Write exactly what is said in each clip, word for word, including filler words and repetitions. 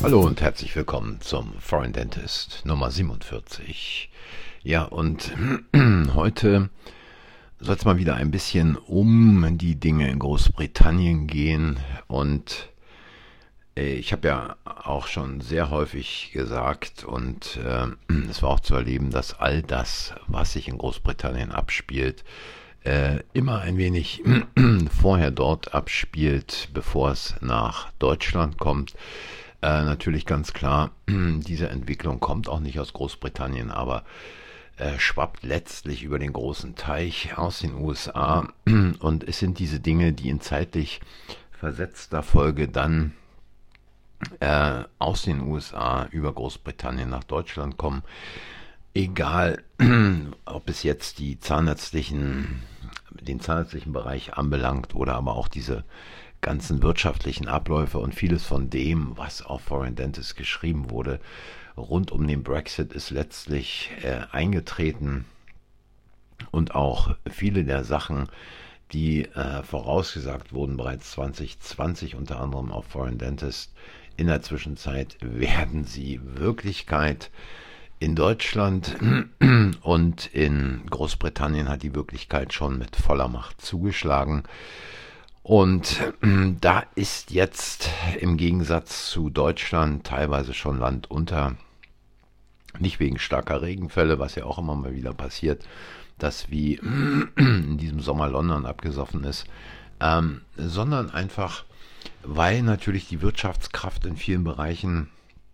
Hallo und herzlich willkommen zum Foreign Dentist Nummer siebenundvierzig. Ja, und heute soll es mal wieder ein bisschen um die Dinge in Großbritannien gehen. Und äh, ich habe ja auch schon sehr häufig gesagt, und äh, es war auch zu erleben, dass all das, was sich in Großbritannien abspielt, äh, immer ein wenig vorher dort abspielt, bevor es nach Deutschland kommt. Äh, natürlich ganz klar, diese Entwicklung kommt auch nicht aus Großbritannien, aber äh, schwappt letztlich über den großen Teich aus den U S A. Und es sind diese Dinge, die in zeitlich versetzter Folge dann äh, aus den U S A über Großbritannien nach Deutschland kommen. Egal, ob es jetzt die zahnärztlichen, den zahnärztlichen Bereich anbelangt oder aber auch diese ganzen wirtschaftlichen Abläufe und vieles von dem, was auf Foreign Dentist geschrieben wurde, rund um den Brexit ist letztlich äh, eingetreten, und auch viele der Sachen, die äh, vorausgesagt wurden, bereits zwanzig zwanzig unter anderem auf Foreign Dentist, in der Zwischenzeit werden sie Wirklichkeit. In Deutschland und in Großbritannien hat die Wirklichkeit schon mit voller Macht zugeschlagen. Und da ist jetzt im Gegensatz zu Deutschland teilweise schon Land unter, nicht wegen starker Regenfälle, was ja auch immer mal wieder passiert, dass wie in diesem Sommer London abgesoffen ist, ähm, sondern einfach, weil natürlich die Wirtschaftskraft in vielen Bereichen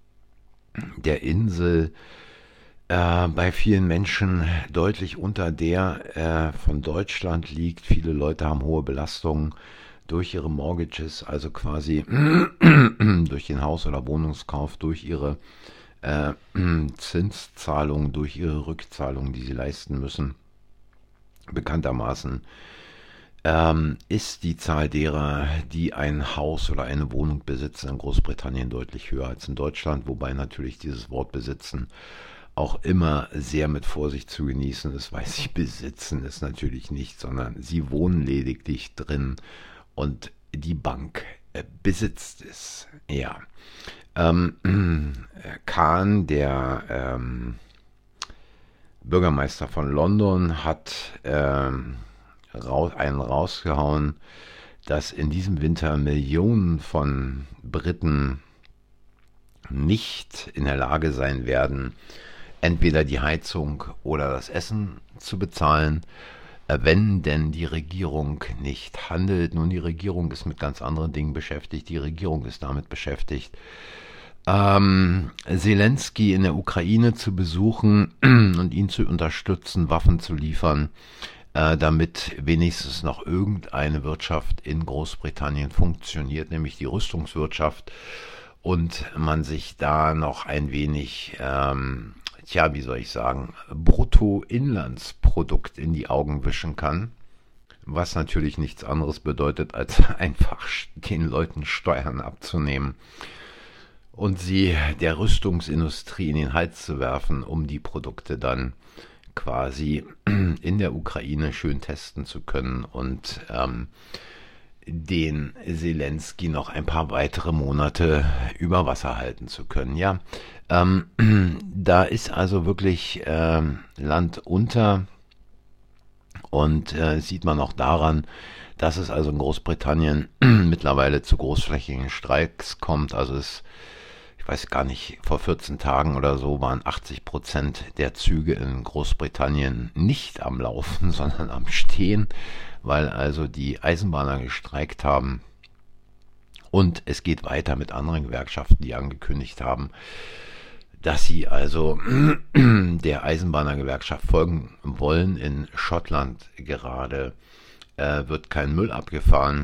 der Insel äh, bei vielen Menschen deutlich unter der äh, von Deutschland liegt. Viele Leute haben hohe Belastungen durch ihre Mortgages, also quasi durch den Haus- oder Wohnungskauf, durch ihre äh, Zinszahlungen, durch ihre Rückzahlungen, die sie leisten müssen. Bekanntermaßen ähm, ist die Zahl derer, die ein Haus oder eine Wohnung besitzen, in Großbritannien deutlich höher als in Deutschland, wobei natürlich dieses Wort besitzen auch immer sehr mit Vorsicht zu genießen ist, weil sie besitzen es natürlich nicht, sondern sie wohnen lediglich drin und die Bank äh, besitzt es. Ja. Ähm, äh, Khan, der ähm, Bürgermeister von London, hat ähm, raus, einen rausgehauen, dass in diesem Winter Millionen von Briten nicht in der Lage sein werden, entweder die Heizung oder das Essen zu bezahlen, wenn denn die Regierung nicht handelt. Nun, die Regierung ist mit ganz anderen Dingen beschäftigt. Die Regierung ist damit beschäftigt, ähm, Zelensky in der Ukraine zu besuchen und ihn zu unterstützen, Waffen zu liefern, äh, damit wenigstens noch irgendeine Wirtschaft in Großbritannien funktioniert, nämlich die Rüstungswirtschaft, und man sich da noch ein wenig ähm, tja, wie soll ich sagen, Bruttoinlandsprodukt in die Augen wischen kann, was natürlich nichts anderes bedeutet, als einfach den Leuten Steuern abzunehmen und sie der Rüstungsindustrie in den Hals zu werfen, um die Produkte dann quasi in der Ukraine schön testen zu können und ähm, den Zelensky noch ein paar weitere Monate über Wasser halten zu können. Ja, ähm, da ist also wirklich ähm, Land unter, und äh, sieht man auch daran, dass es also in Großbritannien mittlerweile zu großflächigen Streiks kommt. Also es, ich weiß gar nicht, vor vierzehn Tagen oder so waren achtzig Prozent der Züge in Großbritannien nicht am Laufen, sondern am Stehen, weil also die Eisenbahner gestreikt haben. Und es geht weiter mit anderen Gewerkschaften, die angekündigt haben, dass sie also der Eisenbahnergewerkschaft folgen wollen. In Schottland gerade äh, wird kein Müll abgefahren,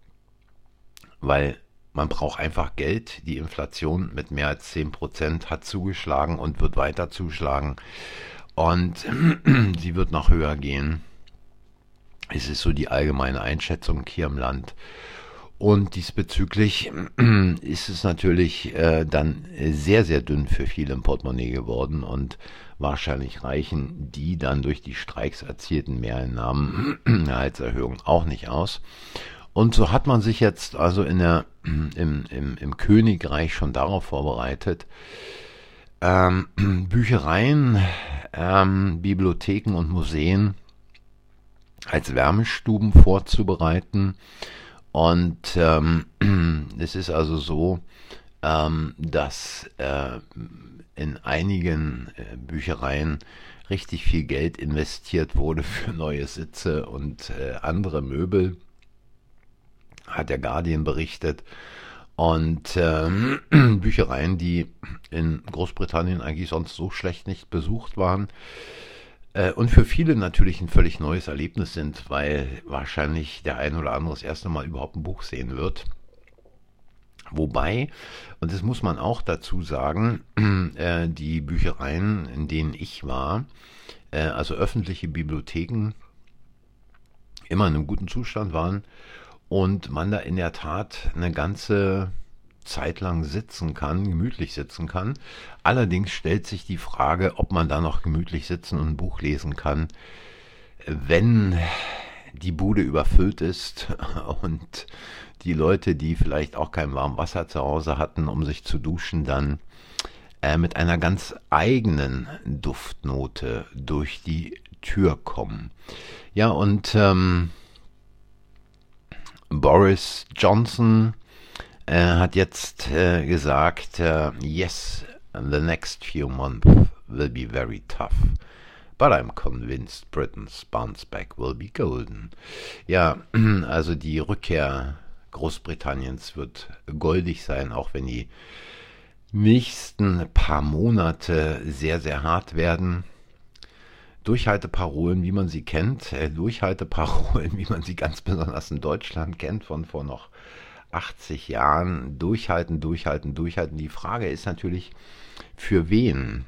weil man braucht einfach Geld. Die Inflation mit mehr als zehn Prozent hat zugeschlagen und wird weiter zuschlagen. Und sie wird noch höher gehen. Es ist so die allgemeine Einschätzung hier im Land. Und diesbezüglich ist es natürlich äh, dann sehr, sehr dünn für viele im Portemonnaie geworden, und wahrscheinlich reichen die dann durch die Streiks erzielten Mehreinnahmen, eine Gehaltserhöhung, auch nicht aus. Und so hat man sich jetzt also in der, im, im, im Königreich schon darauf vorbereitet, ähm, Büchereien, ähm, Bibliotheken und Museen als Wärmestuben vorzubereiten. Und ähm, es ist also so, ähm, dass äh, in einigen äh, Büchereien richtig viel Geld investiert wurde für neue Sitze und äh, andere Möbel, hat der Guardian berichtet. Und ähm, Büchereien, die in Großbritannien eigentlich sonst so schlecht nicht besucht waren, äh, und für viele natürlich ein völlig neues Erlebnis sind, weil wahrscheinlich der ein oder andere das erste Mal überhaupt ein Buch sehen wird. Wobei, und das muss man auch dazu sagen, äh, die Büchereien, in denen ich war, äh, also öffentliche Bibliotheken, immer in einem guten Zustand waren und man da in der Tat eine ganze Zeit lang sitzen kann, gemütlich sitzen kann. Allerdings stellt sich die Frage, ob man da noch gemütlich sitzen und ein Buch lesen kann, wenn die Bude überfüllt ist und die Leute, die vielleicht auch kein warmes Wasser zu Hause hatten, um sich zu duschen, dann äh, mit einer ganz eigenen Duftnote durch die Tür kommen. Ja, und ähm, Boris Johnson äh, hat jetzt äh, gesagt, äh, yes, the next few months will be very tough. But I'm convinced Britain's bounce back will be golden. Ja, also die Rückkehr Großbritanniens wird goldig sein, auch wenn die nächsten paar Monate sehr, sehr hart werden. Durchhalteparolen, wie man sie kennt, äh, Durchhalteparolen, wie man sie ganz besonders in Deutschland kennt, von vor noch achtzig Jahren. Durchhalten, durchhalten, durchhalten. Die Frage ist natürlich, für wen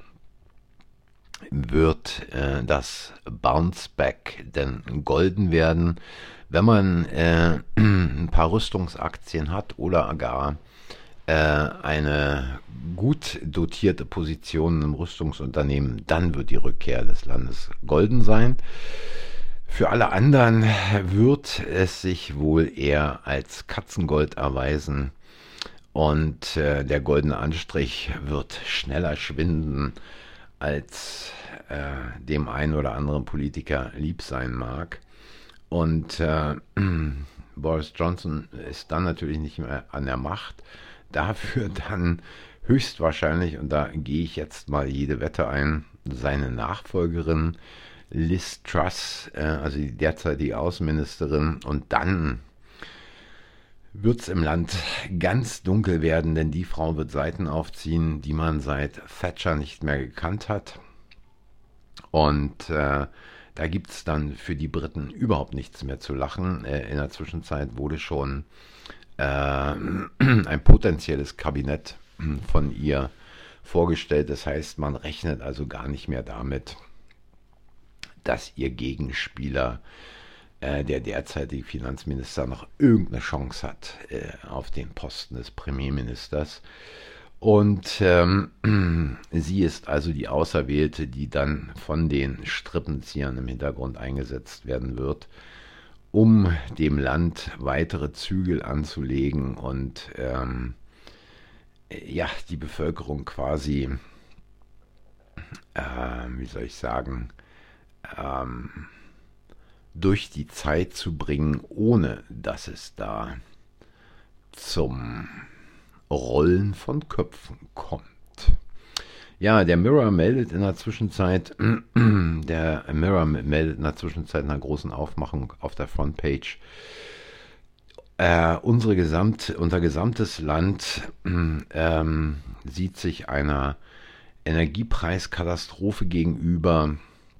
wird äh, das Bounce Back denn golden werden, wenn man äh, ein paar Rüstungsaktien hat oder gar äh, eine gut dotierte Position im Rüstungsunternehmen, dann wird die Rückkehr des Landes golden sein. Für alle anderen wird es sich wohl eher als Katzengold erweisen und äh, der goldene Anstrich wird schneller schwinden, als äh, dem einen oder anderen Politiker lieb sein mag. Und äh, Boris Johnson ist dann natürlich nicht mehr an der Macht. Dafür dann höchstwahrscheinlich, und da gehe ich jetzt mal jede Wette ein, seine Nachfolgerin Liz Truss, äh, also die derzeitige Außenministerin. Und dann wird es im Land ganz dunkel werden, denn die Frau wird Seiten aufziehen, die man seit Thatcher nicht mehr gekannt hat. Und äh, da gibt es dann für die Briten überhaupt nichts mehr zu lachen. Äh, in der Zwischenzeit wurde schon äh, ein potenzielles Kabinett von ihr vorgestellt. Das heißt, man rechnet also gar nicht mehr damit, dass ihr Gegenspieler, äh, der derzeitige Finanzminister, noch irgendeine Chance hat äh, auf den Posten des Premierministers. Und ähm, sie ist also die Auserwählte, die dann von den Strippenziehern im Hintergrund eingesetzt werden wird, um dem Land weitere Zügel anzulegen und ähm, ja, die Bevölkerung quasi, äh, wie soll ich sagen, ähm, durch die Zeit zu bringen, ohne dass es da zum Rollen von Köpfen kommt. Ja, der Mirror meldet in der Zwischenzeit, der Mirror meldet in der Zwischenzeit einer großen Aufmachung auf der Frontpage, äh, unsere Gesamt, unser gesamtes Land ähm, sieht sich einer Energiepreiskatastrophe gegenüber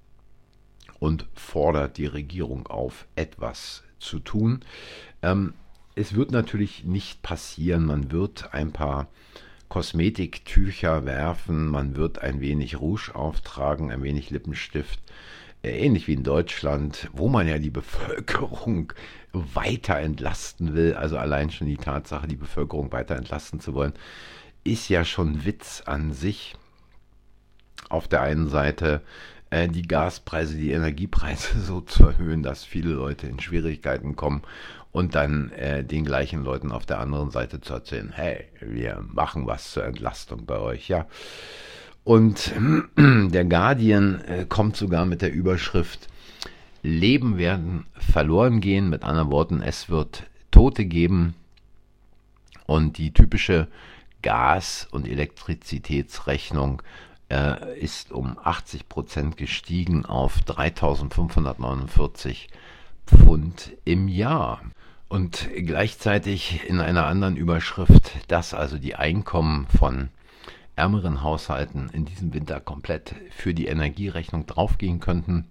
und fordert die Regierung auf, etwas zu tun. Ähm, es wird natürlich nicht passieren. Man wird ein paar Kosmetiktücher werfen, man wird ein wenig Rouge auftragen, ein wenig Lippenstift, äh, ähnlich wie in Deutschland, wo man ja die Bevölkerung weiter entlasten will. Also allein schon die Tatsache, die Bevölkerung weiter entlasten zu wollen, ist ja schon Witz an sich. Auf der einen Seite äh, die Gaspreise, die Energiepreise so zu erhöhen, dass viele Leute in Schwierigkeiten kommen und dann äh, den gleichen Leuten auf der anderen Seite zu erzählen, hey, wir machen was zur Entlastung bei euch, ja. Und der Guardian äh, kommt sogar mit der Überschrift, Leben werden verloren gehen, mit anderen Worten, es wird Tote geben und die typische Gas- und Elektrizitätsrechnung äh, ist um achtzig Prozent gestiegen auf dreitausendfünfhundertneunundvierzig Pfund im Jahr. Und gleichzeitig in einer anderen Überschrift, dass also die Einkommen von ärmeren Haushalten in diesem Winter komplett für die Energierechnung draufgehen könnten.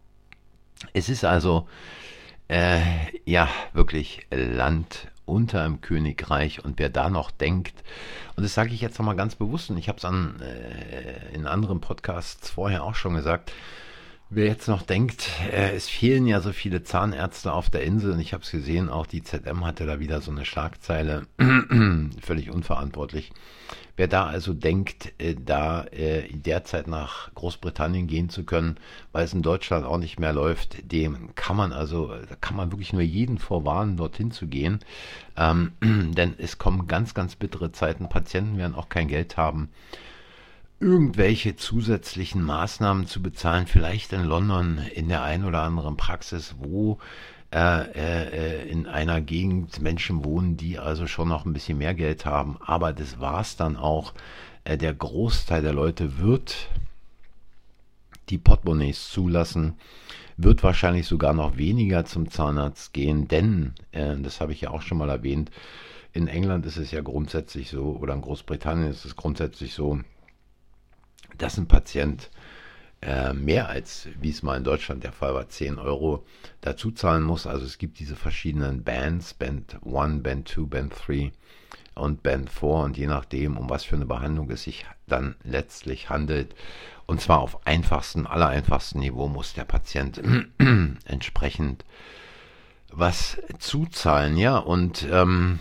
Es ist also äh, ja wirklich Land unter im Königreich und wer da noch denkt, und das sage ich jetzt nochmal ganz bewusst, und ich habe es an äh, in anderen Podcasts vorher auch schon gesagt, wer jetzt noch denkt, äh, es fehlen ja so viele Zahnärzte auf der Insel, und ich habe es gesehen, auch die Z M hatte da wieder so eine Schlagzeile, völlig unverantwortlich. Wer da also denkt, äh, da äh, derzeit nach Großbritannien gehen zu können, weil es in Deutschland auch nicht mehr läuft, dem kann man also, da kann man wirklich nur jeden vorwarnen, dorthin zu gehen. Ähm, denn es kommen ganz, ganz bittere Zeiten. Patienten werden auch kein Geld haben, irgendwelche zusätzlichen Maßnahmen zu bezahlen, vielleicht in London in der ein oder anderen Praxis, wo äh, äh, in einer Gegend Menschen wohnen, die also schon noch ein bisschen mehr Geld haben. Aber das war's dann auch. Äh, der Großteil der Leute wird die Portemonnaies zulassen, wird wahrscheinlich sogar noch weniger zum Zahnarzt gehen, denn, äh, das habe ich ja auch schon mal erwähnt, in England ist es ja grundsätzlich so, oder in Großbritannien ist es grundsätzlich so, dass ein Patient äh, mehr als, wie es mal in Deutschland der Fall war, zehn Euro dazu zahlen muss. Also es gibt diese verschiedenen Bands, Band eins, Band zwei, Band drei und Band vier, und je nachdem, um was für eine Behandlung es sich dann letztlich handelt, und zwar auf einfachstem, allereinfachstem Niveau, muss der Patient entsprechend was zuzahlen. Ja, und ähm,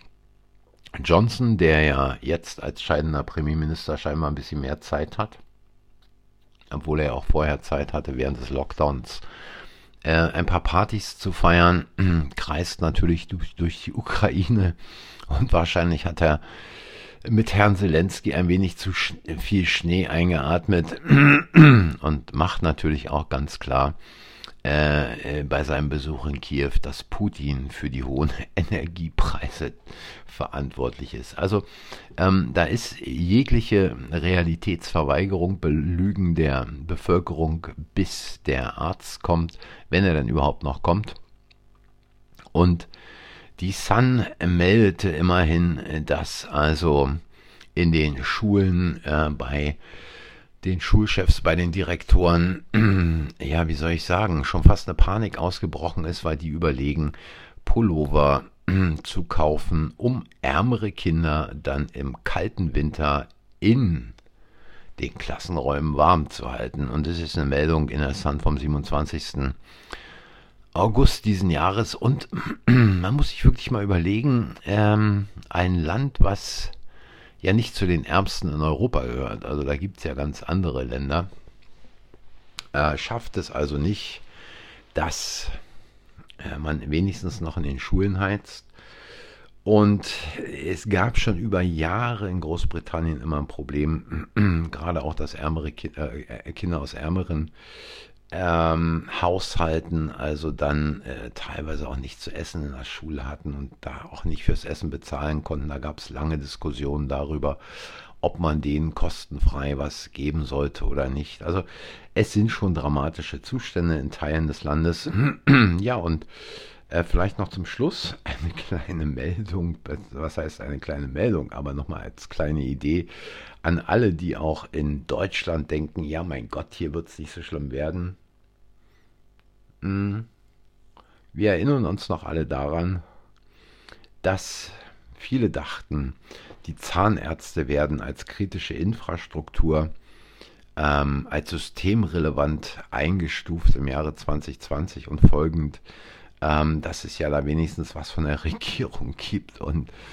Johnson, der ja jetzt als scheidender Premierminister scheinbar ein bisschen mehr Zeit hat, obwohl er ja auch vorher Zeit hatte, während des Lockdowns äh, ein paar Partys zu feiern, kreist natürlich durch, durch die Ukraine, und wahrscheinlich hat er mit Herrn Zelensky ein wenig zu sch- viel Schnee eingeatmet und macht natürlich auch ganz klar äh, bei seinem Besuch in Kiew, dass Putin für die hohen Energiepreise verantwortlich ist. Also ähm, da ist jegliche Realitätsverweigerung, Belügen der Bevölkerung, bis der Arzt kommt, wenn er dann überhaupt noch kommt. Und die Sun meldete immerhin, dass also in den Schulen äh, bei den Schulchefs, bei den Direktoren, ja, wie soll ich sagen, schon fast eine Panik ausgebrochen ist, weil die überlegen, Pullover zu kaufen, um ärmere Kinder dann im kalten Winter in den Klassenräumen warm zu halten. Und das ist eine Meldung in der Sun vom siebenundzwanzigsten August diesen Jahres. Und man muss sich wirklich mal überlegen, ähm, ein Land, was ja nicht zu den ärmsten in Europa gehört, also da gibt es ja ganz andere Länder, äh, schafft es also nicht, dass äh, man wenigstens noch in den Schulen heizt. Und es gab schon über Jahre in Großbritannien immer ein Problem, gerade auch, dass ärmere Ki äh, Kinder aus ärmeren ähm, Haushalten also dann äh, teilweise auch nicht zu essen in der Schule hatten und da auch nicht fürs Essen bezahlen konnten. Da gab es lange Diskussionen darüber, ob man denen kostenfrei was geben sollte oder nicht. Also es sind schon dramatische Zustände in Teilen des Landes. Ja, und äh, vielleicht noch zum Schluss eine kleine Meldung, was heißt eine kleine Meldung, aber nochmal als kleine Idee an alle, die auch in Deutschland denken, ja mein Gott, hier wird es nicht so schlimm werden. Wir erinnern uns noch alle daran, dass viele dachten, die Zahnärzte werden als kritische Infrastruktur, ähm, als systemrelevant eingestuft im Jahre zwanzig zwanzig und folgend, ähm, dass es ja da wenigstens was von der Regierung gibt und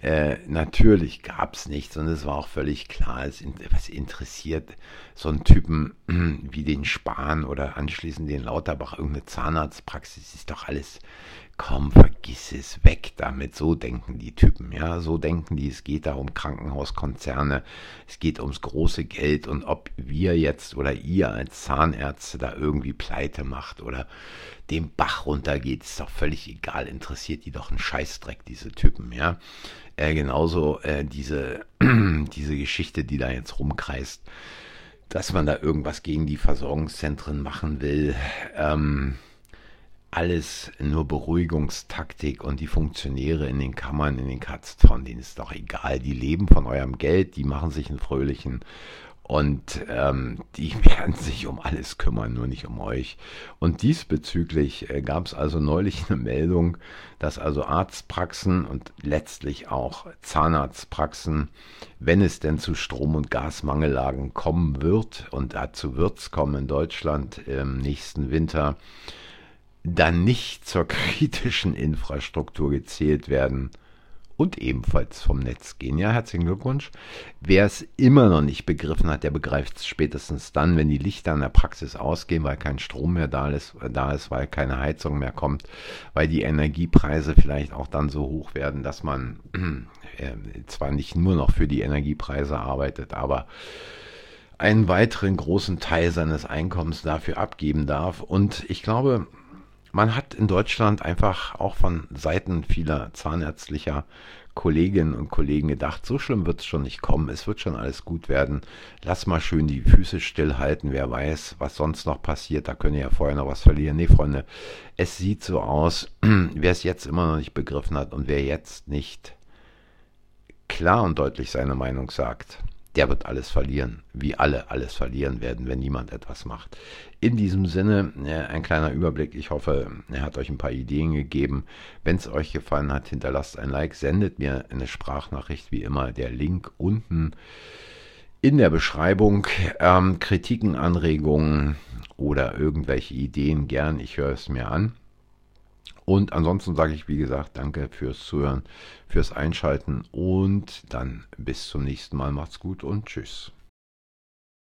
Äh, natürlich gab es nichts und es war auch völlig klar, es, was interessiert so einen Typen wie den Spahn oder anschließend den Lauterbach, irgendeine Zahnarztpraxis, ist doch alles, komm, vergiss es, weg damit, so denken die Typen, ja, so denken die, es geht da um Krankenhauskonzerne, es geht ums große Geld und ob wir jetzt oder ihr als Zahnärzte da irgendwie pleite macht oder dem Bach runtergeht, ist doch völlig egal, interessiert die doch einen Scheißdreck, diese Typen, ja. Äh, genauso äh, diese, diese Geschichte, die da jetzt rumkreist, dass man da irgendwas gegen die Versorgungszentren machen will, ähm, alles nur Beruhigungstaktik und die Funktionäre in den Kammern, in den K Z, von denen ist doch egal, die leben von eurem Geld, die machen sich einen fröhlichen und ähm, die werden sich um alles kümmern, nur nicht um euch. Und diesbezüglich äh, gab es also neulich eine Meldung, dass also Arztpraxen und letztlich auch Zahnarztpraxen, wenn es denn zu Strom- und Gasmangellagen kommen wird, und dazu wird es kommen in Deutschland im nächsten Winter, dann nicht zur kritischen Infrastruktur gezählt werden und ebenfalls vom Netz gehen. Ja, herzlichen Glückwunsch. Wer es immer noch nicht begriffen hat, der begreift es spätestens dann, wenn die Lichter in der Praxis ausgehen, weil kein Strom mehr da ist, da ist, weil keine Heizung mehr kommt, weil die Energiepreise vielleicht auch dann so hoch werden, dass man äh, zwar nicht nur noch für die Energiepreise arbeitet, aber einen weiteren großen Teil seines Einkommens dafür abgeben darf. Und ich glaube, man hat in Deutschland einfach auch von Seiten vieler zahnärztlicher Kolleginnen und Kollegen gedacht, so schlimm wird es schon nicht kommen, es wird schon alles gut werden, lass mal schön die Füße stillhalten, wer weiß, was sonst noch passiert, da könnt ihr ja vorher noch was verlieren. Nee, Freunde, es sieht so aus, wer es jetzt immer noch nicht begriffen hat und wer jetzt nicht klar und deutlich seine Meinung sagt, der wird alles verlieren, wie alle alles verlieren werden, wenn niemand etwas macht. In diesem Sinne, ein kleiner Überblick. Ich hoffe, er hat euch ein paar Ideen gegeben. Wenn es euch gefallen hat, hinterlasst ein Like, sendet mir eine Sprachnachricht, wie immer, der Link unten in der Beschreibung. Ähm, Kritiken, Anregungen oder irgendwelche Ideen, gern, ich höre es mir an. Und ansonsten sage ich, wie gesagt, danke fürs Zuhören, fürs Einschalten und dann bis zum nächsten Mal. Macht's gut und tschüss.